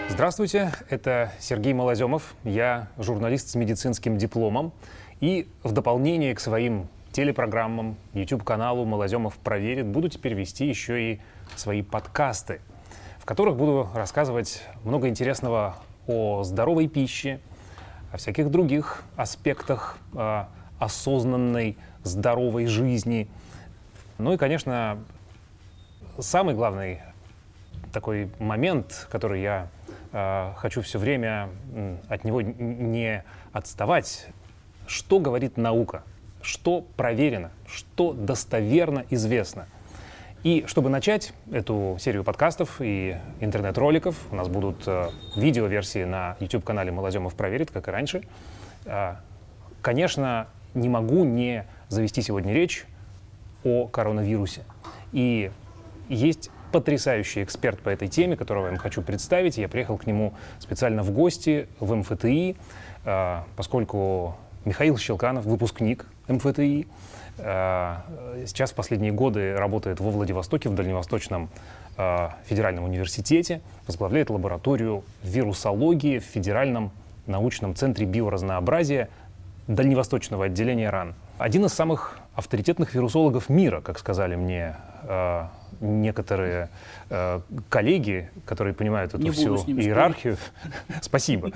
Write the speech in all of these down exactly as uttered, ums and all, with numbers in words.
Здравствуйте, это Сергей Малоземов, я журналист с медицинским дипломом, и в дополнение к своим телепрограммам, YouTube-каналу «Малоземов проверит» буду теперь вести еще и свои подкасты, в которых буду рассказывать много интересного о здоровой пище, о всяких других аспектах э, осознанной здоровой жизни. Ну и, конечно, самый главный такой момент, который я э, хочу все время от него не отставать. Что говорит наука? Что проверено? Что достоверно известно? И чтобы начать эту серию подкастов и интернет-роликов, у нас будут э, видеоверсии на YouTube-канале «Малоземов проверит», как и раньше. Э, конечно, не могу не завести сегодня речь о коронавирусе. И есть потрясающий эксперт по этой теме, которого я вам хочу представить. Я приехал к нему специально в гости в эм эф тэ и, э, поскольку Михаил Щелканов, выпускник эм эф тэ и, э, сейчас в последние годы работает во Владивостоке, в Дальневосточном э, федеральном университете, возглавляет лабораторию вирусологии в Федеральном научном центре биоразнообразия Дальневосточного отделения РАН. Один из самых авторитетных вирусологов мира, как сказали мне э, некоторые э, коллеги, которые понимают эту всю иерархию. Спасибо.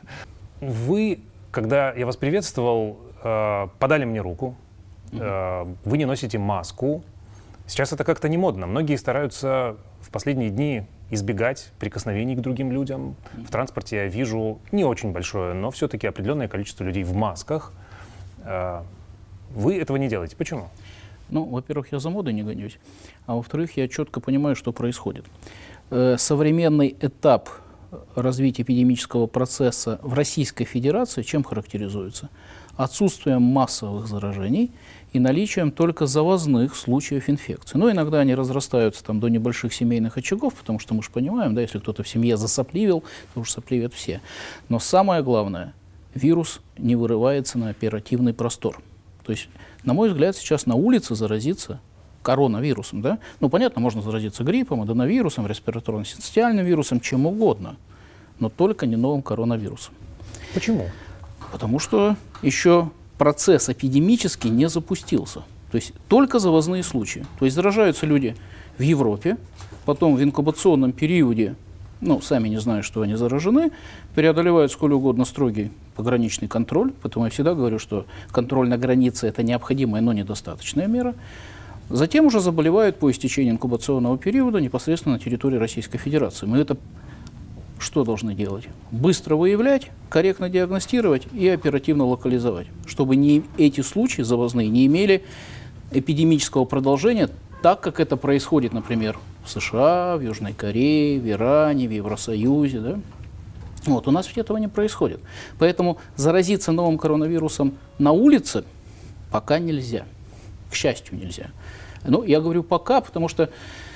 Вы, когда я вас приветствовал, э, подали мне руку. Э, вы не носите маску. Сейчас это как-то не модно. Многие стараются в последние дни избегать прикосновений к другим людям. В транспорте я вижу не очень большое, но все-таки определенное количество людей в масках. Э, вы этого не делаете. Почему? Ну, во-первых, я за модой не гонюсь, а во-вторых, я четко понимаю, что происходит. Э, современный этап развития эпидемического процесса в Российской Федерации чем характеризуется? Отсутствием массовых заражений и наличием только завозных случаев инфекции. Ну, иногда они разрастаются там до небольших семейных очагов, потому что мы же понимаем, да, если кто-то в семье засопливил, то уж сопливят все. Но самое главное, вирус не вырывается на оперативный простор. То есть, на мой взгляд, сейчас на улице заразиться коронавирусом, да? Ну, понятно, можно заразиться гриппом, аденовирусом, респираторно-синцитиальным вирусом, чем угодно, но только не новым коронавирусом. Почему? Потому что еще процесс эпидемический не запустился. То есть только завозные случаи. То есть заражаются люди в Европе, потом в инкубационном периоде, ну, сами не знают, что они заражены, преодолевают сколь угодно строгий пограничный контроль, поэтому я всегда говорю, что контроль на границе – это необходимая, но недостаточная мера. Затем уже заболевают по истечении инкубационного периода непосредственно на территории Российской Федерации. Мы это что должны делать? Быстро выявлять, корректно диагностировать и оперативно локализовать, чтобы не, эти случаи завозные не имели эпидемического продолжения, так как это происходит, например, в США, в Южной Корее, в Иране, в Евросоюзе. Да? Вот, у нас ведь этого не происходит. Поэтому заразиться новым коронавирусом на улице пока нельзя. К счастью, нельзя. Ну, я говорю пока, потому что...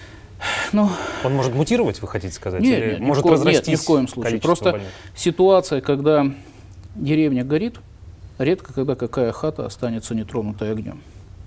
Ну, он может мутировать, вы хотите сказать? Нет, или нет, может ни, разрастись? Нет, ни в коем случае. Просто больных? Ситуация, когда деревня горит, редко когда какая хата останется нетронутой огнем.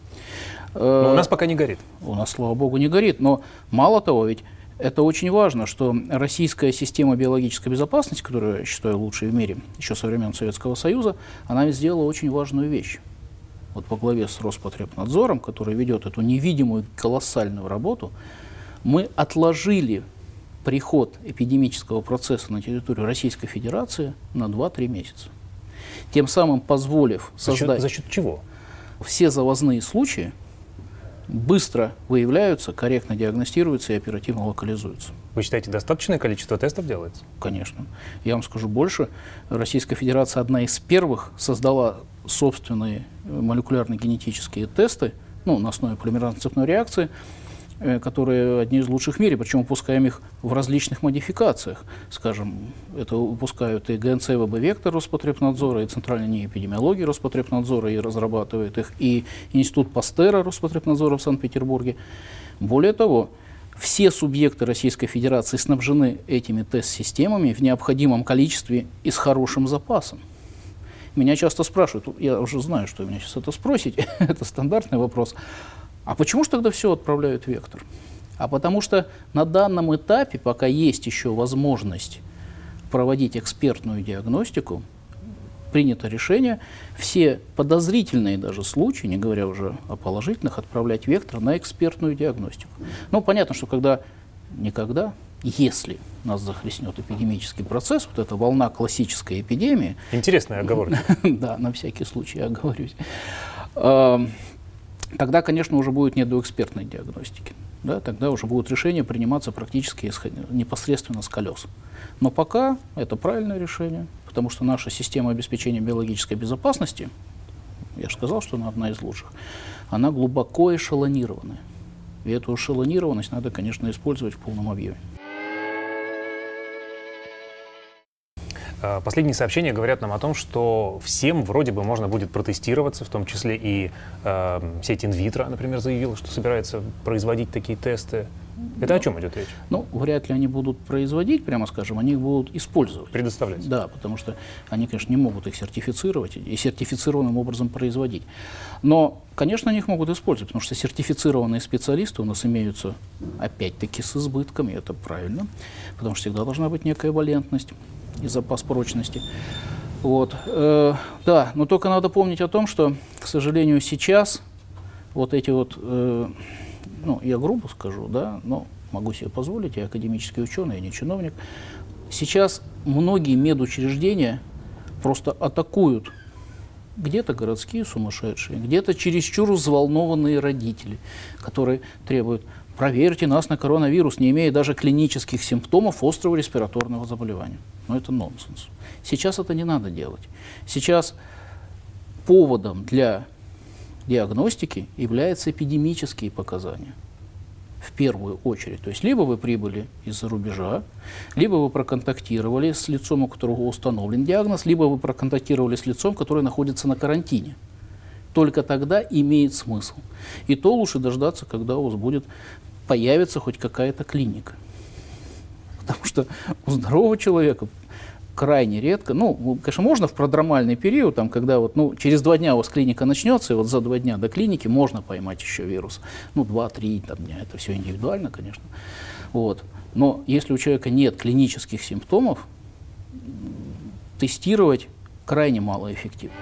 Но у нас пока не горит. У нас, слава богу, не горит. Но мало того, ведь это очень важно, что российская система биологической безопасности, которую я считаю лучшей в мире, еще со времен Советского Союза, она ведь сделала очень важную вещь. Вот во главе с Роспотребнадзором, который ведет эту невидимую колоссальную работу, мы отложили приход эпидемического процесса на территорию Российской Федерации на два-три месяца. Тем самым позволив создать... За счет, за счет чего? Все завозные случаи быстро выявляются, корректно диагностируются и оперативно локализуются. Вы считаете, достаточное количество тестов делается? Конечно. Я вам скажу больше. Российская Федерация одна из первых создала собственные молекулярно-генетические тесты, ну, на основе полимеразно-цепной реакции, которые одни из лучших в мире, причем выпускаем их в различных модификациях. Скажем, это выпускают и гэ эн цэ вэ бэ-вектор Роспотребнадзора, и Центральная НИИ эпидемиологии Роспотребнадзора, и разрабатывает их, и Институт Пастера Роспотребнадзора в Санкт-Петербурге. Более того, все субъекты Российской Федерации снабжены этими тест-системами в необходимом количестве и с хорошим запасом. Меня часто спрашивают, я уже знаю, что вы меня сейчас это спросите, это стандартный вопрос, а почему же тогда все отправляют в вектор? А потому что на данном этапе, пока есть еще возможность проводить экспертную диагностику, принято решение все подозрительные даже случаи, не говоря уже о положительных, отправлять вектор на экспертную диагностику. Ну, понятно, что когда, никогда, если нас захлестнет эпидемический процесс, вот эта волна классической эпидемии... Интересная оговорка. Да, на всякий случай оговорюсь. Тогда, конечно, уже будет не до экспертной диагностики. Да, тогда уже будут решения приниматься практически непосредственно с колес. Но пока это правильное решение, потому что наша система обеспечения биологической безопасности, я же сказал, что она одна из лучших, она глубоко эшелонированная. И эту эшелонированность надо, конечно, использовать в полном объеме. Последние сообщения говорят нам о том, что всем вроде бы можно будет протестироваться, в том числе и э, сеть инвитро, например, заявила, что собирается производить такие тесты. Это ну, о чем идет речь? Ну, вряд ли они будут производить, прямо скажем, они их будут использовать. Предоставлять. Да, потому что они, конечно, не могут их сертифицировать и сертифицированным образом производить. Но, конечно, они их могут использовать, потому что сертифицированные специалисты у нас имеются, опять-таки, с избытком, и это правильно, потому что всегда должна быть некая валентность и запас прочности. Вот. Э, да, но только надо помнить о том, что, к сожалению, сейчас вот эти вот, э, ну, я грубо скажу, да, но могу себе позволить, я академический ученый, я не чиновник, сейчас многие медучреждения просто атакуют где-то городские сумасшедшие, где-то чересчур взволнованные родители, которые требуют: проверьте нас на коронавирус, не имея даже клинических симптомов острого респираторного заболевания. Но это нонсенс. Сейчас это не надо делать. Сейчас поводом для диагностики являются эпидемические показания. В первую очередь. То есть либо вы прибыли из-за рубежа, либо вы проконтактировали с лицом, у которого установлен диагноз, либо вы проконтактировали с лицом, которое находится на карантине. Только тогда имеет смысл. И то лучше дождаться, когда у вас будет появится хоть какая-то клиника. Потому что у здорового человека крайне редко, ну, конечно, можно в продромальный период, там, когда вот, ну, через два дня у вас клиника начнется, и вот за два дня до клиники можно поймать еще вирус. Ну, два-три дня, это все индивидуально, конечно. Вот. Но если у человека нет клинических симптомов, тестировать крайне малоэффективно.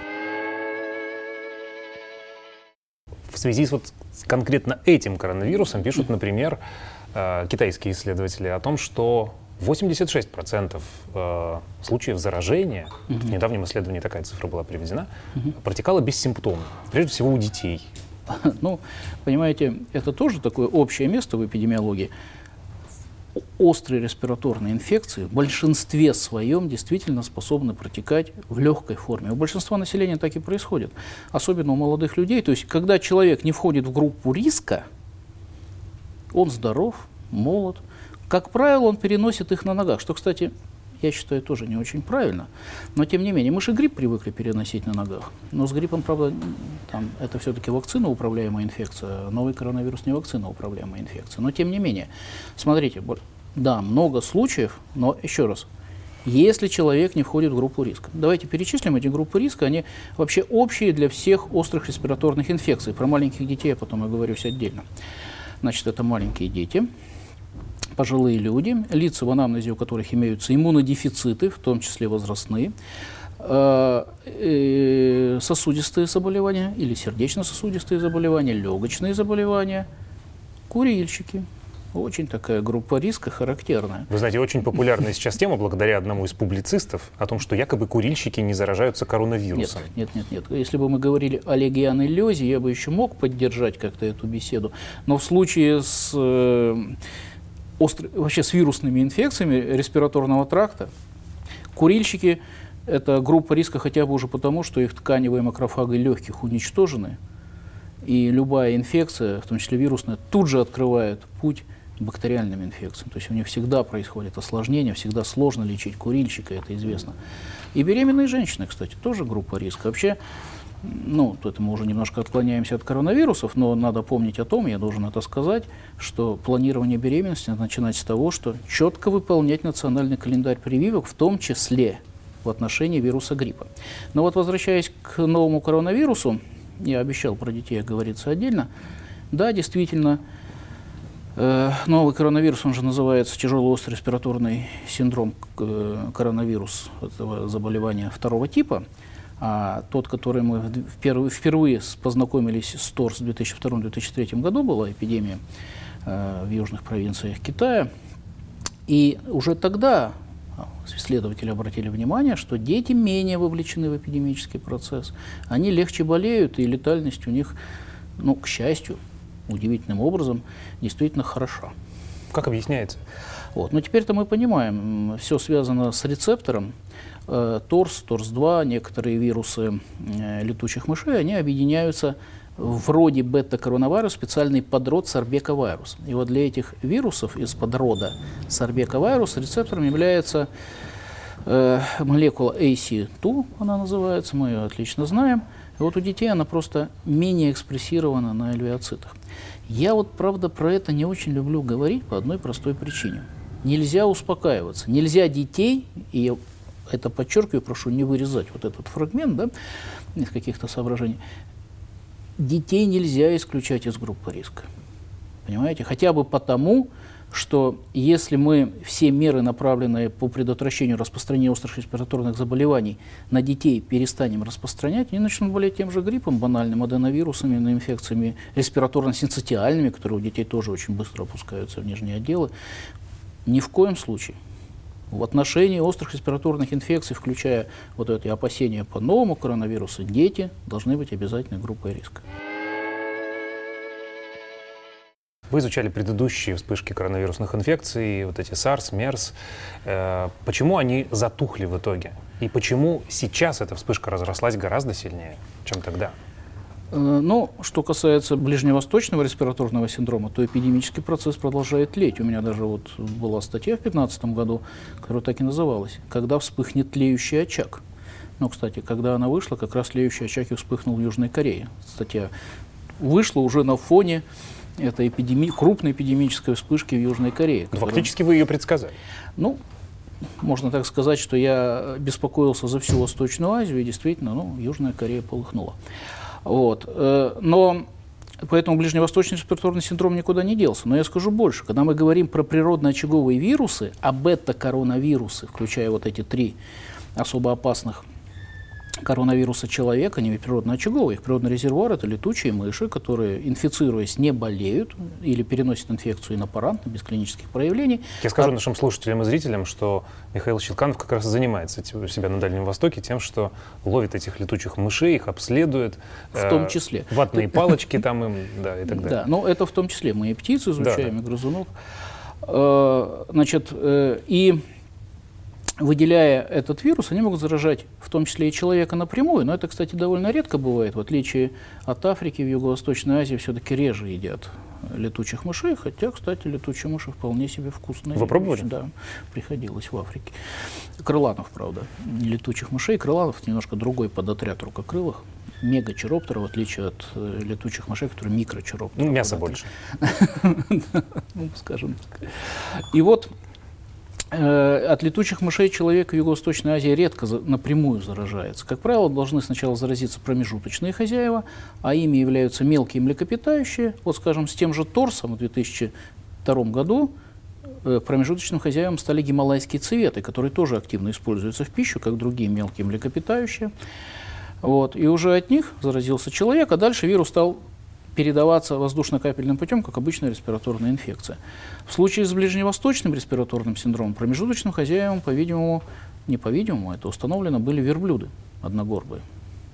В связи с, вот, с конкретно этим коронавирусом пишут, например, э, китайские исследователи о том, что восемьдесят шесть процентов э, случаев заражения, uh-huh. в недавнем исследовании такая цифра была приведена, uh-huh. протекала бессимптомно, прежде всего у детей. Ну, понимаете, это тоже такое общее место в эпидемиологии. Острые респираторные инфекции в большинстве своем действительно способны протекать в легкой форме. У большинства населения так и происходит, особенно у молодых людей. То есть, когда человек не входит в группу риска, он здоров, молод. Как правило, он переносит их на ногах, что, кстати, я считаю, тоже не очень правильно. Но, тем не менее, мы же грипп привыкли переносить на ногах. Но с гриппом, правда, там, это все-таки вакциноуправляемая инфекция, а новый коронавирус не вакциноуправляемая инфекция. Но, тем не менее, смотрите, да, много случаев, но, еще раз, если человек не входит в группу риска. Давайте перечислим эти группы риска, они вообще общие для всех острых респираторных инфекций. Про маленьких детей я потом оговорюсь отдельно. Значит, это маленькие дети, пожилые люди, лица в анамнезе, у которых имеются иммунодефициты, в том числе возрастные, сосудистые заболевания или сердечно-сосудистые заболевания, легочные заболевания, курильщики. Очень такая группа риска характерная. Вы знаете, очень популярная сейчас тема, благодаря одному из публицистов, о том, что якобы курильщики не заражаются коронавирусом. Нет, нет, нет, нет. Если бы мы говорили о легионеллезе, я бы еще мог поддержать как-то эту беседу. Но в случае с, э, остр... вообще с вирусными инфекциями респираторного тракта, курильщики – это группа риска хотя бы уже потому, что их тканевые макрофаги легких уничтожены, и любая инфекция, в том числе вирусная, тут же открывает путь бактериальным инфекциям. То есть у них всегда происходит осложнение, всегда сложно лечить курильщика, это известно. И беременные женщины, кстати, тоже группа риска. Вообще, ну, это мы уже немножко отклоняемся от коронавирусов, но надо помнить о том, я должен это сказать, что планирование беременности надо начинать с того, что четко выполнять национальный календарь прививок, в том числе в отношении вируса гриппа. Но вот возвращаясь к новому коронавирусу, я обещал про детей оговориться отдельно, да, действительно, Новый коронавирус, он же называется тяжелый острый респираторный синдром, коронавирус этого заболевания второго типа. А тот, который мы впервые, впервые познакомились с торс в две тысячи втором — две тысячи третьем году, была эпидемия э, в южных провинциях Китая. И уже тогда исследователи обратили внимание, что дети менее вовлечены в эпидемический процесс. Они легче болеют, и летальность у них, ну, к счастью, удивительным образом, действительно хороша. Как объясняется? Вот. Но теперь-то мы понимаем, все связано с рецептором. торс, торс два, некоторые вирусы э, летучих мышей, они объединяются вроде бета-коронавирус, специальный подрод сарбековирус. И вот для этих вирусов из подрода сарбековирус рецептором является э, молекула эй си два, она называется, мы ее отлично знаем. И вот у детей она просто менее экспрессирована на альвеоцитах. Я вот, правда, про это не очень люблю говорить по одной простой причине. Нельзя успокаиваться, нельзя детей, и я это подчеркиваю, прошу не вырезать вот этот фрагмент, да, из каких-то соображений, детей нельзя исключать из группы риска. Понимаете? Хотя бы потому, что если мы все меры, направленные по предотвращению распространения острых респираторных заболеваний, на детей перестанем распространять, они начнут болеть тем же гриппом, банальным, аденовирусами, инфекциями респираторно-синцитиальными, которые у детей тоже очень быстро опускаются в нижние отделы. Ни в коем случае. В отношении острых респираторных инфекций, включая вот эти опасения по новому коронавирусу, дети должны быть обязательной группой риска. Вы изучали предыдущие вспышки коронавирусных инфекций, вот эти SARS, мерс. Э, почему они затухли в итоге? И почему сейчас эта вспышка разрослась гораздо сильнее, чем тогда? Ну, что касается ближневосточного респираторного синдрома, то эпидемический процесс продолжает тлеть. У меня даже вот была статья в две тысячи пятнадцатом году, которая так и называлась «Когда вспыхнет тлеющий очаг». Ну, кстати, когда она вышла, как раз тлеющий очаг и вспыхнул в Южной Корее. Статья вышла уже на фоне этой эпидеми... крупной эпидемической вспышки в Южной Корее. Которая... Фактически вы ее предсказали. Ну, можно так сказать, что я беспокоился за всю Восточную Азию, и действительно, ну, Южная Корея полыхнула. Вот. Но поэтому ближневосточный респираторный синдром никуда не делся. Но я скажу больше. Когда мы говорим про природно-очаговые вирусы, а бета-коронавирусы, включая вот эти три особо опасных коронавируса человека, они ведь природно-очаговые. Их природный резервуар – это летучие мыши, которые, инфицируясь, не болеют или переносят инфекцию инапарантно, без клинических проявлений. Я скажу а... нашим слушателям и зрителям, что Михаил Щелканов как раз и занимается у себя на Дальнем Востоке тем, что ловит этих летучих мышей, их обследует. В том числе. Э, ватные палочки там им, да, и так далее. Да, но это в том числе. Мы и птиц изучаем, да, и грызунов. Э, значит, э, и... выделяя этот вирус, они могут заражать в том числе и человека напрямую, но это, кстати, довольно редко бывает. В отличие от Африки, в Юго-Восточной Азии все-таки реже едят летучих мышей, хотя, кстати, летучие мыши вполне себе вкусные. Вы пробовали? Да, приходилось в Африке. Крыланов, правда, не летучих мышей. Крыланов немножко другой подотряд рукокрылых. Мегачироптеры, в отличие от э, летучих мышей, которые микрочироптеры. Ну, мяса больше. Ну, скажем так. И вот от летучих мышей человек в Юго-Восточной Азии редко за, напрямую заражается. Как правило, должны сначала заразиться промежуточные хозяева, а ими являются мелкие млекопитающие. Вот, скажем, с тем же торсом в две тысячи втором году э, промежуточным хозяевам стали гималайские цветы, которые тоже активно используются в пищу, как другие мелкие млекопитающие. Вот. И уже от них заразился человек, а дальше вирус стал передаваться воздушно-капельным путем, как обычная респираторная инфекция. В случае с ближневосточным респираторным синдромом промежуточным хозяевам, по-видимому, не по-видимому, это установлено, были верблюды одногорбые,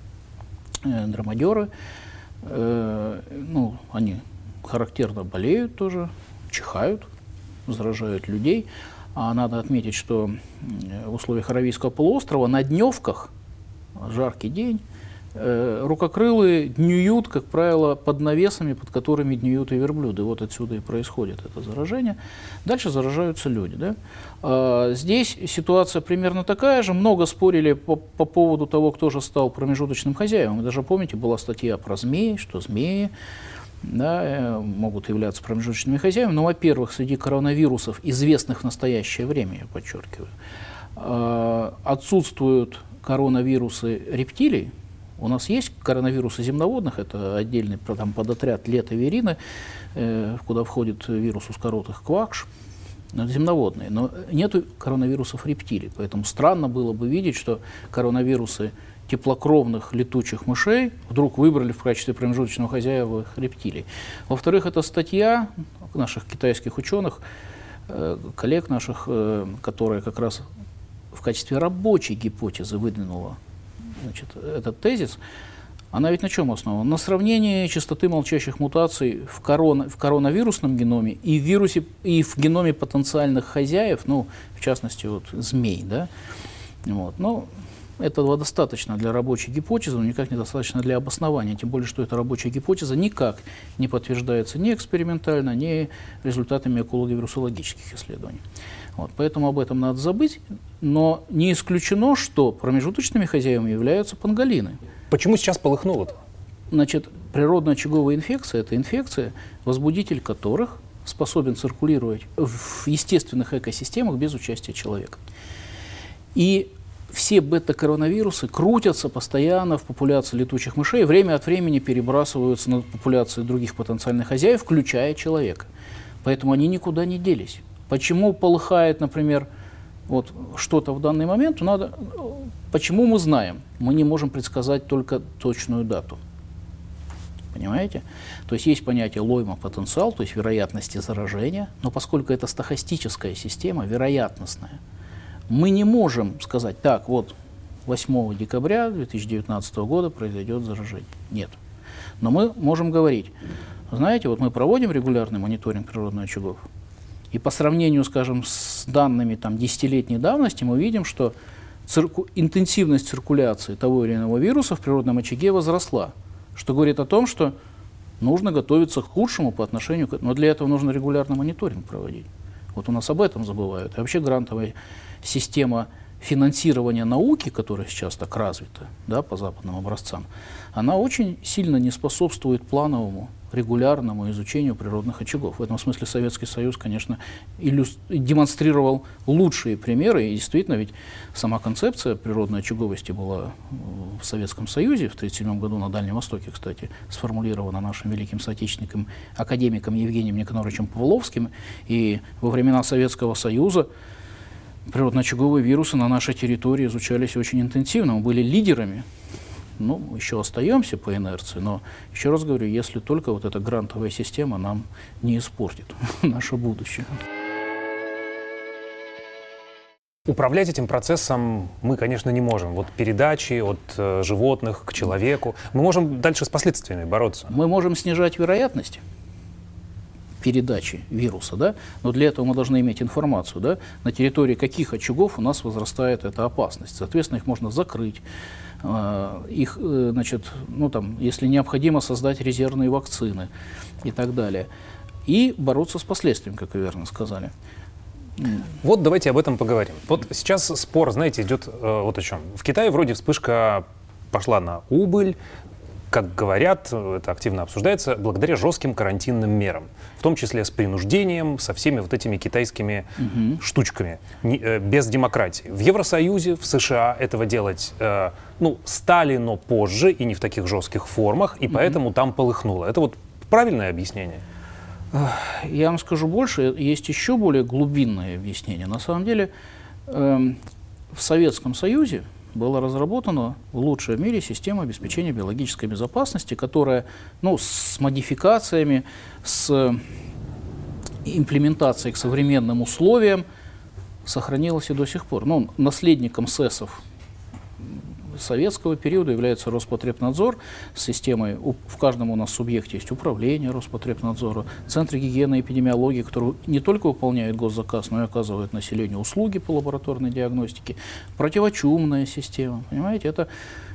э, дромадеры. Э, ну, они характерно болеют тоже, чихают, заражают людей. А надо отметить, что в условиях Аравийского полуострова на дневках, жаркий день, рукокрылые днюют, как правило, под навесами, под которыми днюют и верблюды. Вот отсюда и происходит это заражение. Дальше заражаются люди. Да? А, здесь ситуация примерно такая же. Много спорили по, по поводу того, кто же стал промежуточным хозяином. Вы даже помните, была статья про змеи, что змеи, да, могут являться промежуточными хозяевами. Но, во-первых, среди коронавирусов, известных в настоящее время, я подчеркиваю, а, отсутствуют коронавирусы рептилий. У нас есть коронавирусы земноводных, это отдельный там, подотряд летоверины, э, куда входит вирус ускоротых квакш, земноводные, но нету коронавирусов рептилий, поэтому странно было бы видеть, что коронавирусы теплокровных летучих мышей вдруг выбрали в качестве промежуточного хозяева рептилий. Во-вторых, это статья наших китайских ученых, э, коллег наших, э, которые как раз в качестве рабочей гипотезы выдвинула, значит, этот тезис. Она ведь на чем основана? На сравнении частоты молчащих мутаций в, корона, в коронавирусном геноме и в вирусе, и в геноме потенциальных хозяев, ну, в частности, вот, змей, да? Вот. Ну, этого достаточно для рабочей гипотезы, но никак недостаточно для обоснования, тем более, что эта рабочая гипотеза никак не подтверждается ни экспериментально, ни результатами эколого-вирусологических исследований. Вот, поэтому об этом надо забыть, но не исключено, что промежуточными хозяевами являются панголины. Почему сейчас полыхнуло-то? Значит, природная очаговая инфекция – это инфекция, возбудитель которых способен циркулировать в естественных экосистемах без участия человека. И все бета-коронавирусы крутятся постоянно в популяции летучих мышей, время от времени перебрасываются на популяции других потенциальных хозяев, включая человека. Поэтому они никуда не делись. Почему полыхает, например, вот что-то в данный момент, надо, почему мы знаем? Мы не можем предсказать только точную дату. Понимаете? То есть есть понятие лойма-потенциал, то есть вероятности заражения, но поскольку это стохастическая система, вероятностная, мы не можем сказать, так, вот восьмого декабря две тысячи девятнадцатого года произойдет заражение. Нет. Но мы можем говорить, знаете, вот мы проводим регулярный мониторинг природных очагов, и по сравнению, скажем, с данными там, десятилетней давности мы видим, что цирку... интенсивность циркуляции того или иного вируса в природном очаге возросла, что говорит о том, что нужно готовиться к худшему по отношению к... Но для этого нужно регулярно мониторинг проводить. Вот у нас об этом забывают. И вообще грантовая система финансирования науки, которая сейчас так развита, да, по западным образцам, она очень сильно не способствует плановому, регулярному изучению природных очагов. В этом смысле Советский Союз, конечно, иллюс... демонстрировал лучшие примеры, и действительно, ведь сама концепция природной очаговости была в Советском Союзе в тысяча девятьсот тридцать седьмом году на Дальнем Востоке, кстати, сформулирована нашим великим соотечественником, академиком Евгением Никоноровичем Павловским, и во времена Советского Союза природно-очаговые вирусы на нашей территории изучались очень интенсивно, мы были лидерами. Ну, еще остаемся по инерции, но, еще раз говорю, если только вот эта грантовая система нам не испортит наше будущее. Управлять этим процессом мы, конечно, не можем. Вот передачи от э, животных к человеку. Мы можем дальше с последствиями бороться. Мы можем снижать вероятность передачи вируса, да? Но для этого мы должны иметь информацию, да? На территории каких очагов у нас возрастает эта опасность. Соответственно, их можно закрыть. Их, значит, ну, там, если необходимо, создать резервные вакцины и так далее. И бороться с последствиями, как вы верно сказали. Вот давайте об этом поговорим. Вот сейчас спор, знаете, идет э, вот о чем. В Китае вроде вспышка пошла на убыль, как говорят, это активно обсуждается, благодаря жестким карантинным мерам, в том числе с принуждением, со всеми вот этими китайскими угу. штучками, не, э, без демократии. В Евросоюзе, в США этого делать э, ну, стали, но позже и не в таких жестких формах, и угу. поэтому там полыхнуло. Это вот правильное объяснение? Я вам скажу больше, есть еще более глубинное объяснение. На самом деле э, в Советском Союзе была разработана в лучшей в мире система обеспечения биологической безопасности, которая, ну, с модификациями, с имплементацией к современным условиям сохранилась и до сих пор. Ну, наследником СЭСов советского периода является Роспотребнадзор с системой, в каждом у нас субъекте есть управление Роспотребнадзора, центры гигиены и эпидемиологии, которые не только выполняют госзаказ, но и оказывают населению услуги по лабораторной диагностике, противочумная система, понимаете, это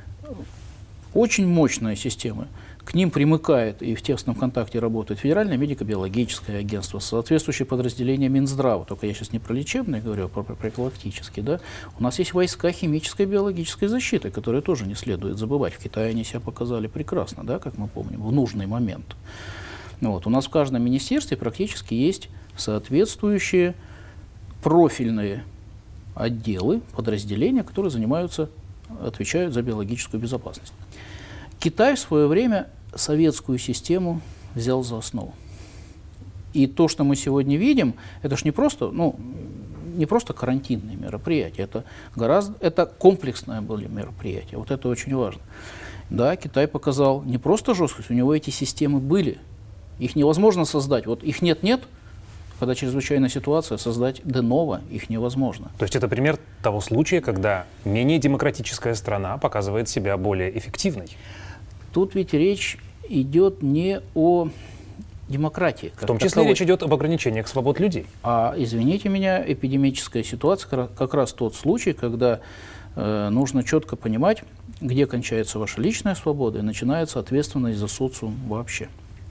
очень мощная система. К ним примыкает и в тесном контакте работает Федеральное медико-биологическое агентство, соответствующее подразделение Минздрава, только я сейчас не про лечебное говорю, а про профилактические. Да? У нас есть войска химической и биологической защиты, которые тоже не следует забывать. В Китае они себя показали прекрасно, да, как мы помним, в нужный момент. Вот. У нас в каждом министерстве практически есть соответствующие профильные отделы, подразделения, которые занимаются, отвечают за биологическую безопасность. Китай в свое время советскую систему взял за основу. И то, что мы сегодня видим, это ж не просто, ну, не просто карантинные мероприятия, это гораздо, это комплексное были мероприятие. Вот это очень важно. Да, Китай показал не просто жесткость, у него эти системы были. Их невозможно создать. Вот их нет-нет, когда чрезвычайная ситуация, создать де-ново их невозможно. То есть это пример того случая, когда менее демократическая страна показывает себя более эффективной? Тут ведь речь идет не о демократии. В том числе таковой. Речь идет об ограничениях свобод людей. А, извините меня, эпидемическая ситуация как раз тот случай, когда э, нужно четко понимать, где кончается ваша личная свобода и начинается ответственность за социум вообще.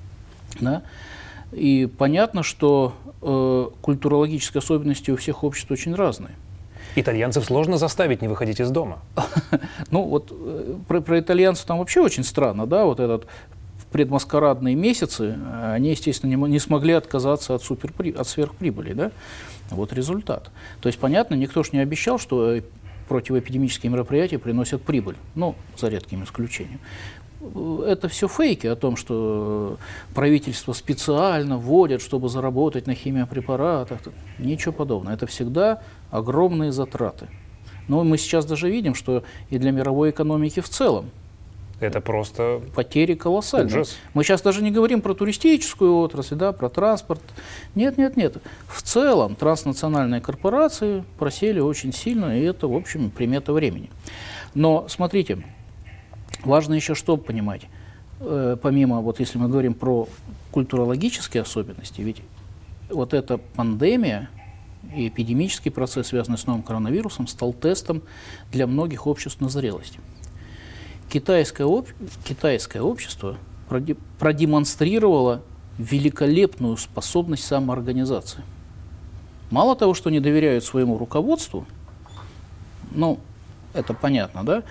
Да? И понятно, что э, культурологические особенности у всех обществ очень разные. Итальянцев сложно заставить не выходить из дома. Ну вот про, про итальянцев там вообще очень странно, да, вот этот предмаскарадные месяцы, они, естественно, не, не смогли отказаться от, суперпри, от сверхприбыли, да, вот результат. То есть, понятно, никто ж не обещал, что противоэпидемические мероприятия приносят прибыль, ну, за редким исключением. Это все фейки о том, что правительство специально вводит, чтобы заработать на химиопрепаратах. Ничего подобного. Это всегда огромные затраты. Но мы сейчас даже видим, что и для мировой экономики в целом это просто потери колоссальные. Ужас. Мы сейчас даже не говорим про туристическую отрасль, да, про транспорт. Нет, нет, нет. В целом транснациональные корпорации просели очень сильно, и это, в общем, примета времени. Но смотрите, важно еще что понимать. Э, помимо, вот если мы говорим про культурологические особенности, ведь вот эта пандемия и эпидемический процесс, связанный с новым коронавирусом, стал тестом для многих обществ на зрелость. Китайское, об... Китайское общество продемонстрировало великолепную способность самоорганизации. Мало того, что не доверяют своему руководству, ну, это понятно, да,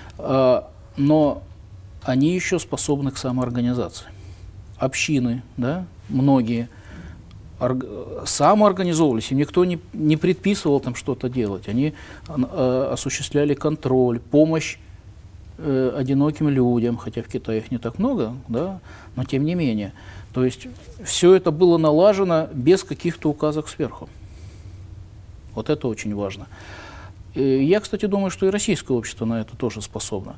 а, но они еще способны к самоорганизации. Общины, да, многие орг... самоорганизовывались, им никто не, не предписывал там что-то делать. Они а, осуществляли контроль, помощь одиноким людям, хотя в Китае их не так много, да, но тем не менее. То есть все это было налажено без каких-то указок сверху. Вот это очень важно. И я, кстати, думаю, что и российское общество на это тоже способно.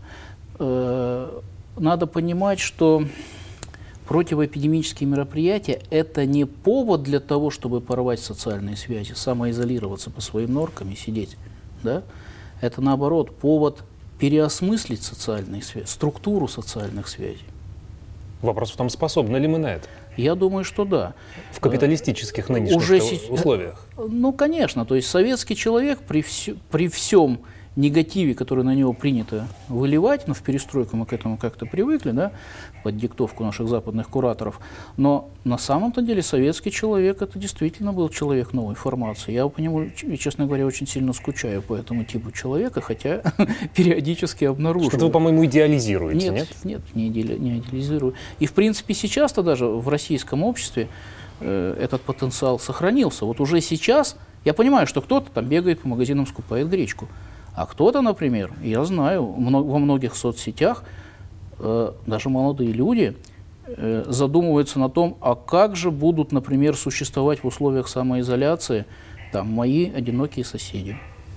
Надо понимать, что противоэпидемические мероприятия – это не повод для того, чтобы порвать социальные связи, самоизолироваться по своим норкам и сидеть. Да? Это, наоборот, повод переосмыслить социальные связи, структуру социальных связей. Вопрос в том, способны ли мы на это? Я думаю, что да. В капиталистических нынешних Уже условиях? Ну, конечно. То есть советский человек при, вс при всем негативе, который на него принято выливать, но в перестройку мы к этому как-то привыкли, да, под диктовку наших западных кураторов, но на самом-то деле советский человек это действительно был человек новой формации. Я по нему, честно говоря, очень сильно скучаю по этому типу человека, хотя периодически обнаруживаю. Что-то вы, по-моему, идеализируете, нет? Нет, нет, не, идеали, не идеализирую. И, в принципе, сейчас-то даже в российском обществе э, этот потенциал сохранился. Вот уже сейчас я понимаю, что кто-то там бегает по магазинам, скупает гречку. А кто-то, например, я знаю, во многих соцсетях э, даже молодые люди э, задумываются на том, а как же будут, например, существовать в условиях самоизоляции там, мои одинокие соседи.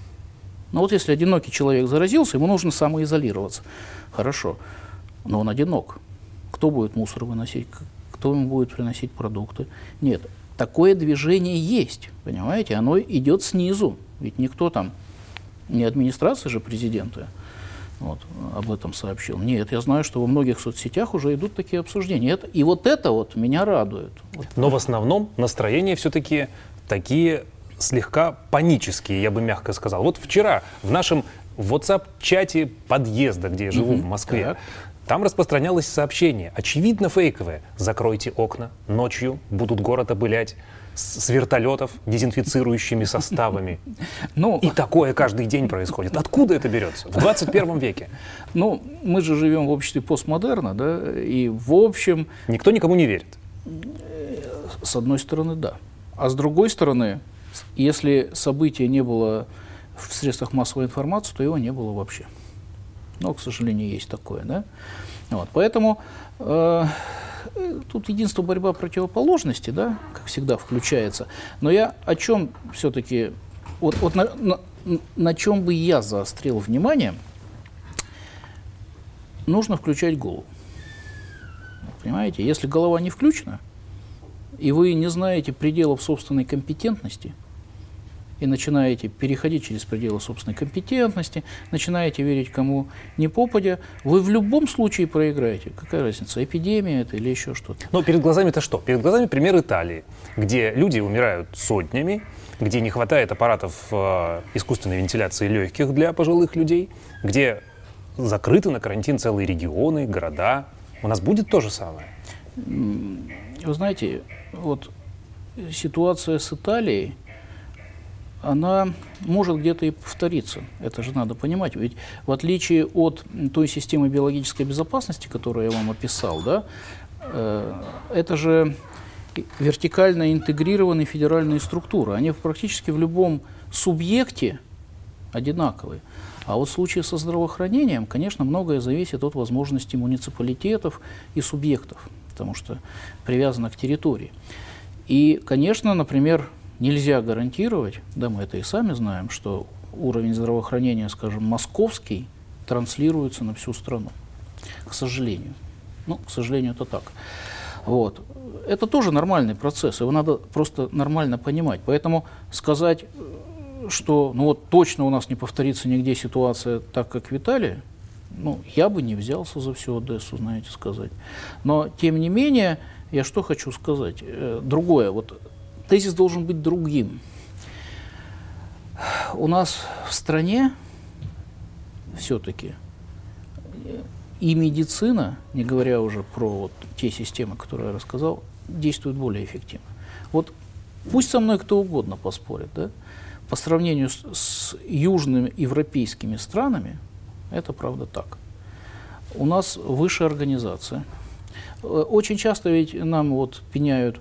Ну вот если одинокий человек заразился, ему нужно самоизолироваться. Хорошо, но он одинок. Кто будет мусор выносить? Кто ему будет приносить продукты? Нет, такое движение есть, понимаете? Оно идет снизу, ведь никто там... Не администрация же президента вот, об этом сообщил. Нет, я знаю, что во многих соцсетях уже идут такие обсуждения. Это, и вот это вот меня радует. Но в основном настроения все-таки такие слегка панические, я бы мягко сказал. Вот вчера в нашем WhatsApp-чате подъезда, где я живу mm-hmm. в Москве, так. Там распространялось сообщение, очевидно фейковое. Закройте окна, ночью будут город опылять с вертолетов дезинфицирующими составами. Ну, и такое каждый день происходит. Откуда это берется? В двадцать первом веке. Ну, мы же живем в обществе постмодерна, да, и в общем... Никто никому не верит. С одной стороны, да. А с другой стороны, если события не было в средствах массовой информации, то его не было вообще. Но, к сожалению, есть такое, да. Вот, поэтому э, тут единство борьба противоположности, да, как всегда, включается. Но я о чем все-таки, вот, вот на, на, на чем бы я заострил внимание, нужно включать голову. Понимаете, если голова не включена, и вы не знаете пределов собственной компетентности, и начинаете переходить через пределы собственной компетентности, начинаете верить кому ни попадя, вы в любом случае проиграете. Какая разница, эпидемия это или еще что-то? Но перед глазами-то что? Перед глазами пример Италии, где люди умирают сотнями, где не хватает аппаратов э, искусственной вентиляции легких для пожилых людей, где закрыты на карантин целые регионы, города. У нас будет то же самое? Вы знаете, вот ситуация с Италией, она может где-то и повториться. Это же надо понимать. Ведь в отличие от той системы биологической безопасности, которую я вам описал, да, э, это же вертикально интегрированные федеральные структуры. Они практически в любом субъекте одинаковые. А вот в случае со здравоохранением, конечно, многое зависит от возможностей муниципалитетов и субъектов, потому что привязано к территории. И, конечно, например, нельзя гарантировать, да мы это и сами знаем, что уровень здравоохранения, скажем, московский, транслируется на всю страну. К сожалению. Ну, к сожалению, это так. Вот. Это тоже нормальный процесс, его надо просто нормально понимать. Поэтому сказать, что ну вот точно у нас не повторится нигде ситуация так, как в Италии, ну, я бы не взялся за всю Одессу, знаете, сказать. Но, тем не менее, я что хочу сказать? Э, другое. Вот тезис должен быть другим. У нас в стране все-таки и медицина, не говоря уже про вот те системы, которые я рассказал, действует более эффективно. Вот пусть со мной кто угодно поспорит, да? По сравнению с, с южными европейскими странами, это правда так. У нас высшая организация. Очень часто ведь нам вот пеняют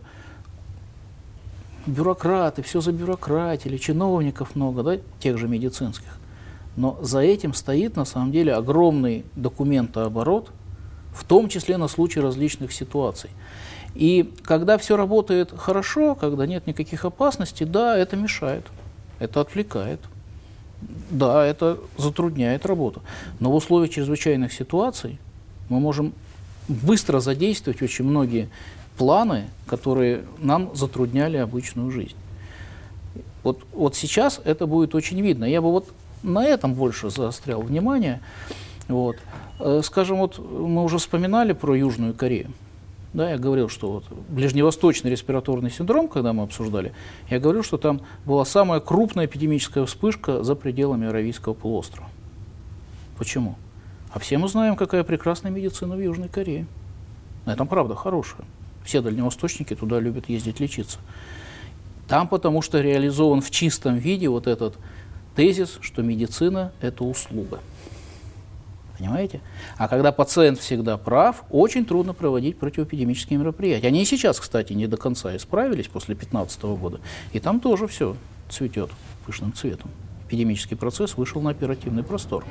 бюрократы, все забюрократили, чиновников много, да, тех же медицинских. Но за этим стоит, на самом деле, огромный документооборот, в том числе на случай различных ситуаций. И когда все работает хорошо, когда нет никаких опасностей, да, это мешает, это отвлекает, да, это затрудняет работу. Но в условиях чрезвычайных ситуаций мы можем быстро задействовать очень многие планы, которые нам затрудняли обычную жизнь. Вот, вот сейчас это будет очень видно. Я бы вот на этом больше заострял внимание. Вот. Скажем, вот мы уже вспоминали про Южную Корею. Да, я говорил, что вот ближневосточный респираторный синдром, когда мы обсуждали, я говорил, что там была самая крупная эпидемическая вспышка за пределами Аравийского полуострова. Почему? А все мы знаем, какая прекрасная медицина в Южной Корее. Это правда хорошая. Все дальневосточники туда любят ездить лечиться. Там потому что реализован в чистом виде вот этот тезис, что медицина – это услуга. Понимаете? А когда пациент всегда прав, очень трудно проводить противоэпидемические мероприятия. Они и сейчас, кстати, не до конца исправились после две тысячи пятнадцатого года. И там тоже все цветет пышным цветом. Эпидемический процесс вышел на оперативный простор.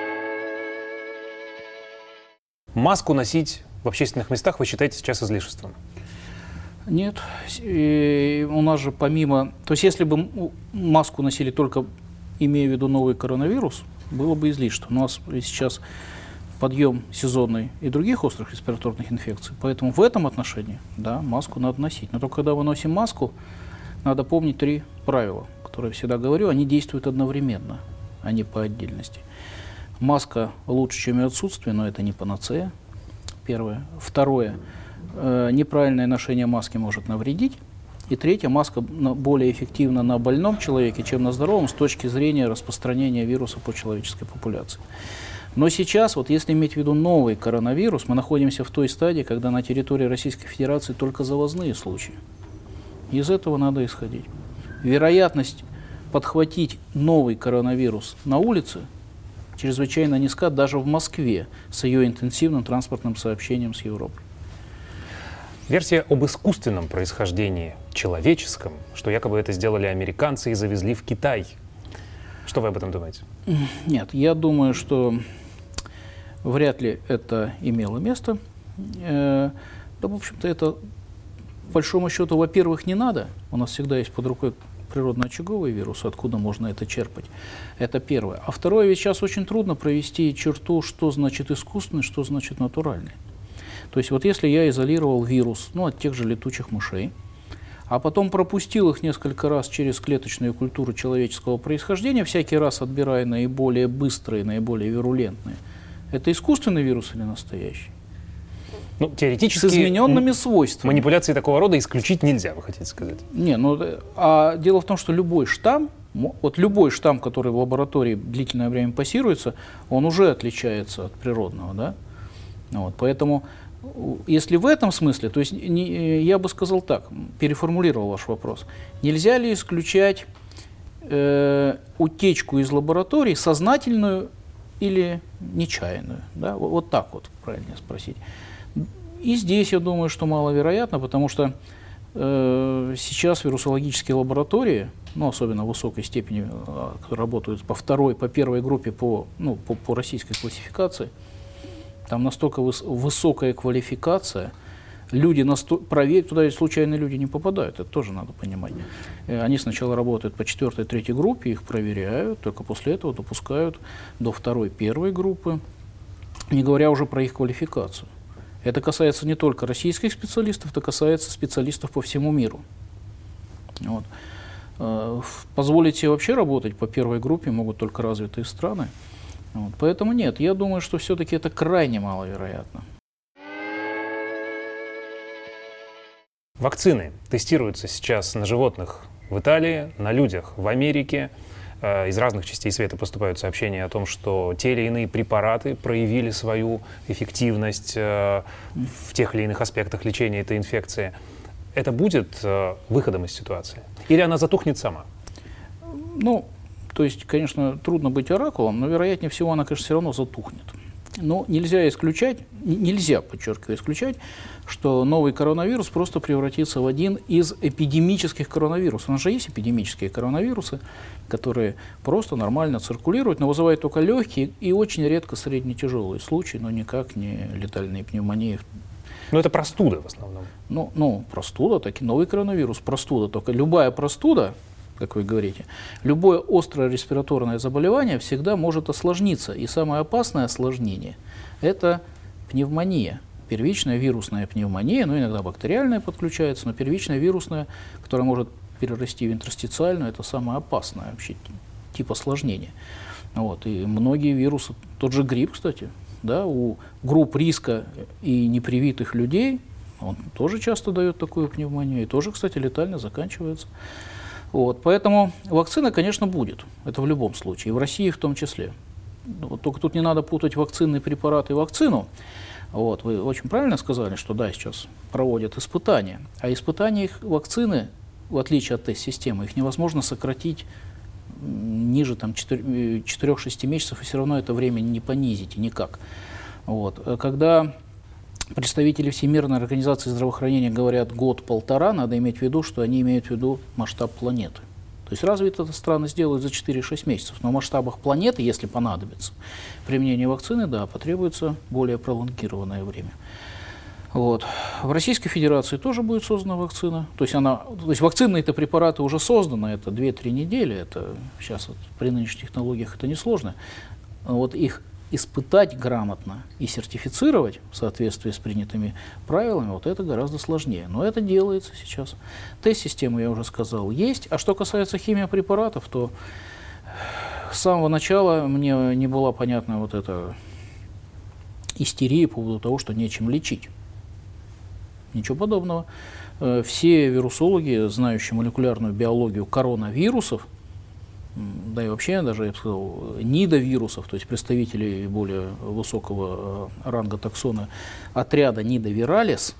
Маску носить в общественных местах вы считаете сейчас излишеством? Нет. И у нас же помимо... То есть если бы маску носили только, имея в виду новый коронавирус, было бы излишество. У нас сейчас подъем сезонный и других острых респираторных инфекций. Поэтому в этом отношении, да, маску надо носить. Но только когда мы носим маску, надо помнить три правила, которые я всегда говорю. Они действуют одновременно, а не по отдельности. Маска лучше, чем и отсутствие, но это не панацея. Первое. Второе. Э, неправильное ношение маски может навредить. И третье. Маска более эффективна на больном человеке, чем на здоровом с точки зрения распространения вируса по человеческой популяции. Но сейчас, вот если иметь в виду новый коронавирус, мы находимся в той стадии, когда на территории Российской Федерации только завозные случаи. Из этого надо исходить. Вероятность подхватить новый коронавирус на улице чрезвычайно низка даже в Москве с ее интенсивным транспортным сообщением с Европой. Версия об искусственном происхождении человеческом, что якобы это сделали американцы и завезли в Китай. Что вы об этом думаете? Нет, я думаю, что вряд ли это имело место. Да, в общем-то, это, по большому счету, во-первых, не надо. У нас всегда есть под рукой природно-очаговый вирус, откуда можно это черпать. Это первое. А второе, ведь сейчас очень трудно провести черту, что значит искусственный, что значит натуральный. То есть вот если я изолировал вирус, ну, от тех же летучих мышей, а потом пропустил их несколько раз через клеточную культуру человеческого происхождения, всякий раз отбирая наиболее быстрые, наиболее вирулентные, это искусственный вирус или настоящий? Ну, теоретически с измененными свойствами. Манипуляции такого рода исключить нельзя, вы хотите сказать? Не, ну, а дело в том, что любой штамм, вот любой штамм, который в лаборатории длительное время пассируется, он уже отличается от природного, да? Вот, поэтому, если в этом смысле, то есть не, я бы сказал так, переформулировал ваш вопрос, нельзя ли исключать э, утечку из лаборатории сознательную или нечаянную, да? Вот, вот так вот правильно спросить. И здесь, я думаю, что маловероятно, потому что э, сейчас вирусологические лаборатории, ну, особенно в высокой степени, э, которые работают по второй, по первой группе, по, ну, по, по российской классификации, там настолько выс высокая квалификация, люди настолько проверят, туда и случайные люди не попадают, это тоже надо понимать. Э, они сначала работают по четвертой, третьей группе, их проверяют, только после этого допускают до второй, первой группы, не говоря уже про их квалификацию. Это касается не только российских специалистов, это касается специалистов по всему миру. Вот. Позволить себе вообще работать по первой группе могут только развитые страны. Вот. Поэтому нет, я думаю, что все-таки это крайне маловероятно. Вакцины тестируются сейчас на животных в Италии, на людях в Америке. Из разных частей света поступают сообщения о том, что те или иные препараты проявили свою эффективность в тех или иных аспектах лечения этой инфекции. Это будет выходом из ситуации? Или она затухнет сама? Ну, то есть, конечно, трудно быть оракулом, но, вероятнее всего, она, конечно, все равно затухнет. Но нельзя исключать, нельзя, подчеркиваю, исключать, что новый коронавирус просто превратится в один из эпидемических коронавирусов. У нас же есть эпидемические коронавирусы, которые просто нормально циркулируют, но вызывают только легкие и очень редко средне-тяжелые случаи, но никак не летальные пневмонии. Но это простуда в основном. Ну, ну простуда, так и новый коронавирус, простуда. Только любая простуда, как вы говорите, любое острое респираторное заболевание всегда может осложниться. И самое опасное осложнение – это пневмония. Первичная вирусная пневмония, ну иногда бактериальная подключается, но первичная вирусная, которая может перерасти в интерстициальную, это самое опасное вообще тип осложнения. Вот. И многие вирусы, тот же грипп, кстати, да, у групп риска и непривитых людей, он тоже часто дает такую пневмонию, и тоже, кстати, летально заканчивается. Вот, поэтому вакцина, конечно, будет. Это в любом случае, и в России в том числе. Вот, только тут не надо путать вакцинный препарат и вакцину. Вот, вы очень правильно сказали, что да, сейчас проводят испытания. А испытания их вакцины, в отличие от тест-системы, их невозможно сократить ниже четырёх-шести месяцев, и все равно это время не понизите никак. Вот. Когда представители Всемирной организации здравоохранения говорят год-полтора, надо иметь в виду, что они имеют в виду масштаб планеты. То есть развитые страны сделают за четыре-шесть месяцев, но в масштабах планеты, если понадобится применение вакцины, да, потребуется более пролонгированное время. Вот. В Российской Федерации тоже будет создана вакцина. То есть, она, то есть вакцинные-то препараты уже созданы, это две-три недели, это сейчас вот, при нынешних технологиях это несложно. Вот их испытать грамотно и сертифицировать в соответствии с принятыми правилами, вот это гораздо сложнее. Но это делается сейчас. Тест-системы, я уже сказал, есть. А что касается химиопрепаратов, то с самого начала мне не была понятна вот эта истерия по поводу того, что нечем лечить. Ничего подобного. Все вирусологи, знающие молекулярную биологию коронавирусов, да и вообще даже, я бы сказал, нидовирусов, то есть представителей более высокого ранга таксона отряда нидовиралис,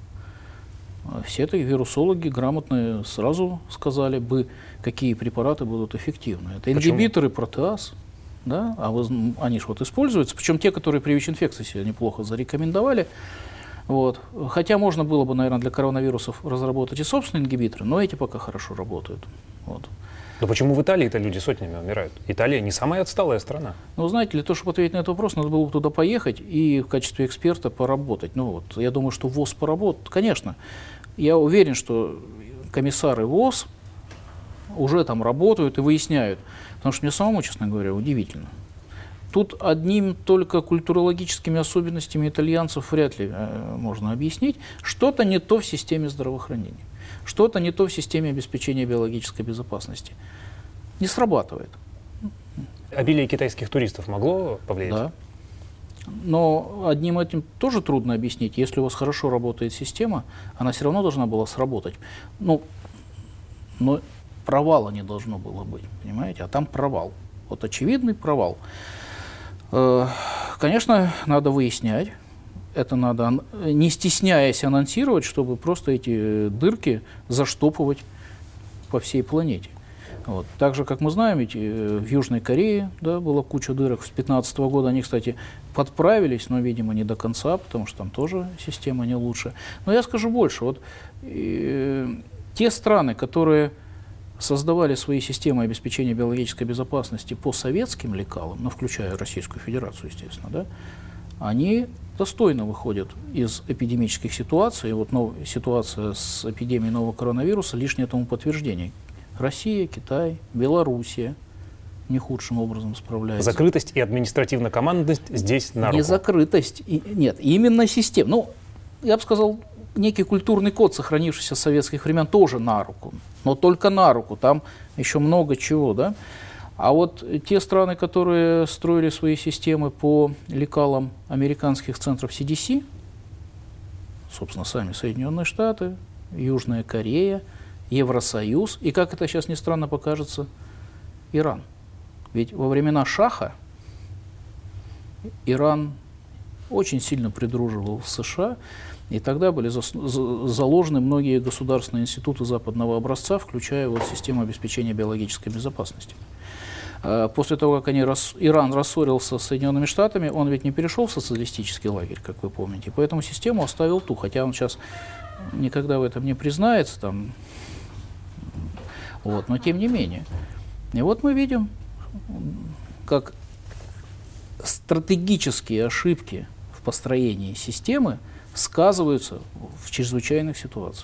все эти вирусологи грамотно сразу сказали бы, какие препараты будут эффективны. Это ингибиторы протеаз, да, а вы, они же вот используются, причем те, которые при ВИЧ-инфекции себя неплохо зарекомендовали. Вот. Хотя можно было бы, наверное, для коронавирусов разработать и собственные ингибиторы, но эти пока хорошо работают. Вот. Но почему в Италии-то люди сотнями умирают? Италия не самая отсталая страна. Ну, знаете, для того, чтобы ответить на этот вопрос, надо было бы туда поехать и в качестве эксперта поработать. Ну, вот, я думаю, что ВОЗ поработает. Конечно, я уверен, что комиссары ВОЗ уже там работают и выясняют. Потому что мне самому, честно говоря, удивительно. Тут одним только культурологическими особенностями итальянцев вряд ли э, можно объяснить. Что-то не то в системе здравоохранения. Что-то не то в системе обеспечения биологической безопасности. Не срабатывает. Обилие китайских туристов могло повлиять? Да. Но одним этим тоже трудно объяснить. Если у вас хорошо работает система, она все равно должна была сработать. Ну, но провала не должно было быть, понимаете? А там провал. Вот очевидный провал. Конечно, надо выяснять. Это надо, не стесняясь, анонсировать, чтобы просто эти дырки заштопывать по всей планете. Вот. Так же, как мы знаем, ведь в Южной Корее, да, была куча дырок. С две тысячи пятнадцатого года они, кстати, подправились, но, видимо, не до конца, потому что там тоже система не лучше. Но я скажу больше. Вот, э, те страны, которые создавали свои системы обеспечения биологической безопасности по советским лекалам, ну, включая Российскую Федерацию, естественно, да, они достойно выходят из эпидемических ситуаций. И вот нов, ситуация с эпидемией нового коронавируса лишнее тому подтверждение. Россия, Китай, Белоруссия не худшим образом справляются. Закрытость и административно-командность здесь на руку. Не закрытость, и, нет, именно система. Ну, я бы сказал, некий культурный код, сохранившийся с советских времен, тоже на руку. Но только на руку, там еще много чего, да. А вот те страны, которые строили свои системы по лекалам американских центров си ди си, собственно, сами Соединенные Штаты, Южная Корея, Евросоюз, и, как это сейчас ни странно покажется, Иран. Ведь во времена Шаха Иран очень сильно придруживал США, и тогда были заложены многие государственные институты западного образца, включая вот систему обеспечения биологической безопасности. После того, как они, Иран рассорился с Соединенными Штатами, он ведь не перешел в социалистический лагерь, как вы помните, поэтому систему оставил ту, хотя он сейчас никогда в этом не признается, там, вот, но тем не менее. И вот мы видим, как стратегические ошибки в построении системы сказываются в чрезвычайных ситуациях.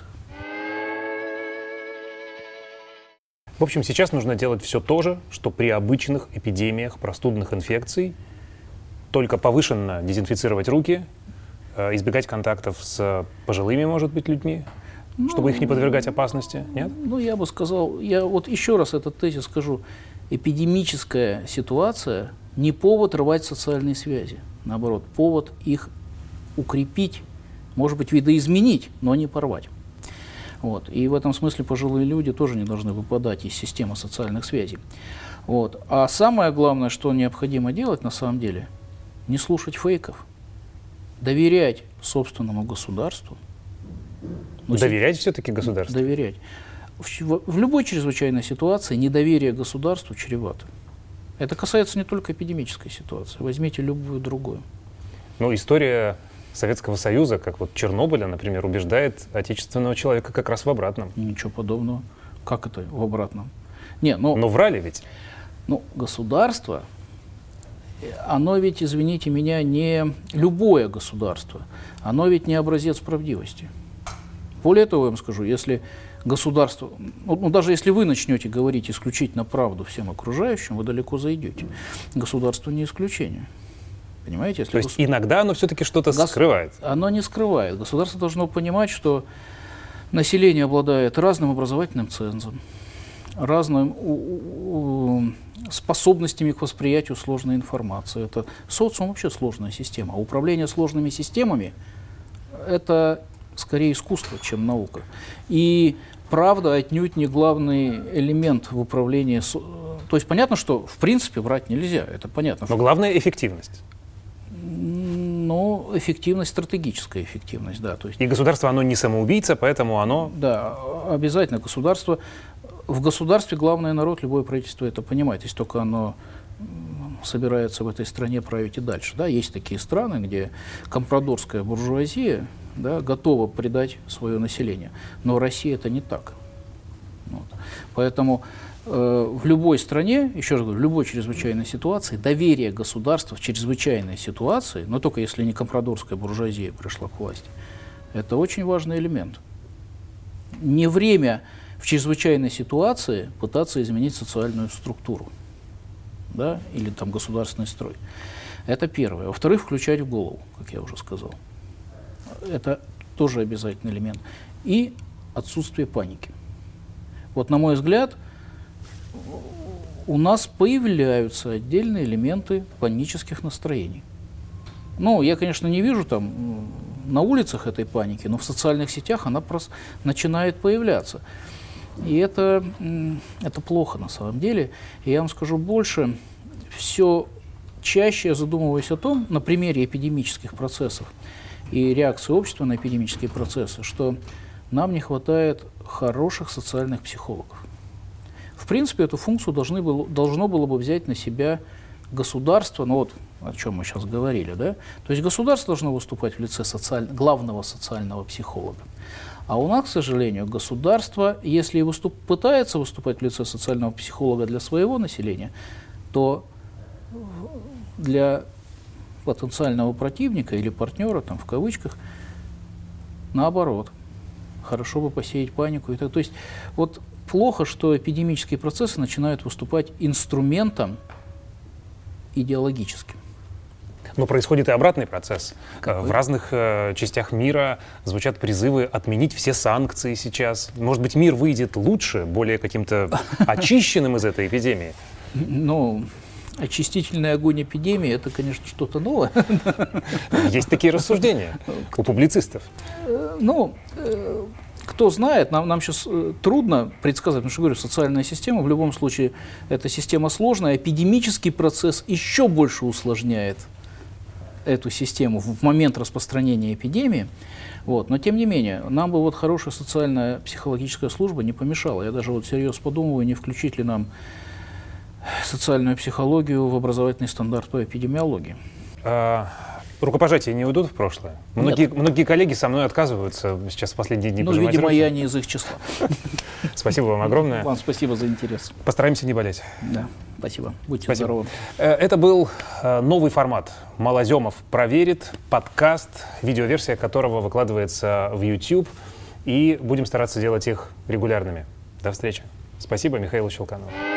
В общем, сейчас нужно делать все то же, что при обычных эпидемиях простудных инфекций, только повышенно дезинфицировать руки, избегать контактов с пожилыми, может быть, людьми, ну, чтобы их не подвергать опасности, нет? Ну, я бы сказал, я вот еще раз этот тезис скажу. Эпидемическая ситуация не повод рвать социальные связи. Наоборот, повод их укрепить, может быть, видоизменить, но не порвать. Вот. И в этом смысле пожилые люди тоже не должны выпадать из системы социальных связей. Вот. А самое главное, что необходимо делать на самом деле, не слушать фейков, доверять собственному государству. Но доверять все-таки государству? Доверять. В, в, в любой чрезвычайной ситуации недоверие государству чревато. Это касается не только эпидемической ситуации. Возьмите любую другую. Ну, история Советского Союза, как вот Чернобыля, например, убеждает отечественного человека как раз в обратном. Ничего подобного. Как это в обратном? Не, ну, Но врали ведь. Ну, государство, оно ведь, извините меня, не любое государство. Оно ведь не образец правдивости. Более того, я вам скажу, если государство, ну, ну, даже если вы начнете говорить исключительно правду всем окружающим, вы далеко зайдете. Государство не исключение. Понимаете? Если То есть госу... иногда оно все-таки что-то Гос... скрывает? Оно не скрывает. Государство должно понимать, что население обладает разным образовательным цензом, разными способностями к восприятию сложной информации. Это социум вообще сложная система. А управление сложными системами – это скорее искусство, чем наука. И правда отнюдь не главный элемент в управлении. То есть понятно, что в принципе врать нельзя, это понятно. Но главное – эффективность. Ну, эффективность, стратегическая эффективность, да. То есть, и государство, оно не самоубийца, поэтому оно… Да, обязательно государство. В государстве главное народ, любое правительство это понимает, если только оно собирается в этой стране править и дальше. Да, есть такие страны, где компрадорская буржуазия да, готова предать свое население. Но Россия это не так. Вот. Поэтому э, в любой стране, еще раз говорю, в любой чрезвычайной ситуации доверие государства в чрезвычайной ситуации, но только если не компрадорская буржуазия пришла к власти, это очень важный элемент. Не время в чрезвычайной ситуации пытаться изменить социальную структуру, да, или там государственный строй. Это первое. Во-вторых, включать в голову, как я уже сказал. Это тоже обязательный элемент. И отсутствие паники. Вот, на мой взгляд, у нас появляются отдельные элементы панических настроений. Ну, я, конечно, не вижу там на улицах этой паники, но в социальных сетях она просто начинает появляться. И это, это плохо на самом деле. И я вам скажу больше, все чаще я задумываюсь о том, на примере эпидемических процессов и реакции общества на эпидемические процессы, что нам не хватает хороших социальных психологов. В принципе, эту функцию должны было, должно было бы взять на себя государство, ну вот о чем мы сейчас говорили, да? То есть государство должно выступать в лице социаль... главного социального психолога. А у нас, к сожалению, государство, если и выступ... пытается выступать в лице социального психолога для своего населения, то для потенциального противника или партнера, там, в кавычках, наоборот, хорошо бы посеять панику. И так. То есть вот плохо, что эпидемические процессы начинают выступать инструментом идеологическим. Но происходит и обратный процесс. Какой? В разных э, частях мира звучат призывы отменить все санкции сейчас. Может быть, мир выйдет лучше, более каким-то очищенным из этой эпидемии? Ну, очистительный огонь эпидемии – это, конечно, что-то новое. Есть такие рассуждения у публицистов. Ну, кто знает, нам, нам сейчас трудно предсказать, потому что, говорю, социальная система, в любом случае, эта система сложная, эпидемический процесс еще больше усложняет эту систему в момент распространения эпидемии. Вот. Но, тем не менее, нам бы вот хорошая социальная психологическая служба не помешала. Я даже вот серьезно подумываю, не включить ли нам социальную психологию в образовательный стандарт по эпидемиологии. А, рукопожатия не уйдут в прошлое? Многие, многие коллеги со мной отказываются сейчас в последние дни. Ну, видимо, руки. Я не из их числа. Спасибо вам огромное. Вам спасибо за интерес. Постараемся не болеть. Да, спасибо. Будьте спасибо. здоровы. Это был новый формат «Малоземов проверит», подкаст, видеоверсия которого выкладывается в YouTube. И будем стараться делать их регулярными. До встречи. Спасибо Михаилу Щелканову.